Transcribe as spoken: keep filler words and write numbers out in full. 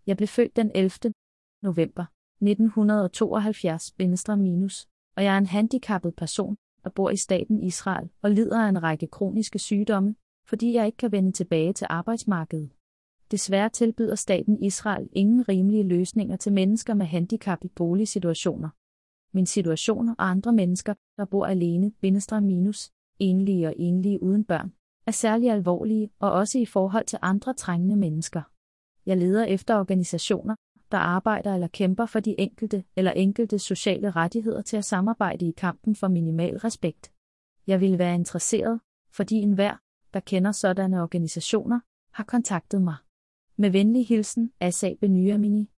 Jeg blev født den ellevte november nitten tooghalvfjerds minus, og jeg er en handicappet person, der bor i staten Israel og lider af en række kroniske sygdomme, fordi jeg ikke kan vende tilbage til arbejdsmarkedet. Desværre tilbyder staten Israel ingen rimelige løsninger til mennesker med handicap i boligsituationer. Min situation og andre mennesker, der bor alene, minus, enlige og enlige uden børn, er særlig alvorlige og også i forhold til andre trængende mennesker. Jeg leder efter organisationer, der arbejder eller kæmper for de enkelte eller enkelte sociale rettigheder til at samarbejde i kampen for minimal respekt. Jeg ville være interesseret, fordi enhver, der kender sådanne organisationer, har kontaktet mig. Med venlig hilsen, Asa Benyamini.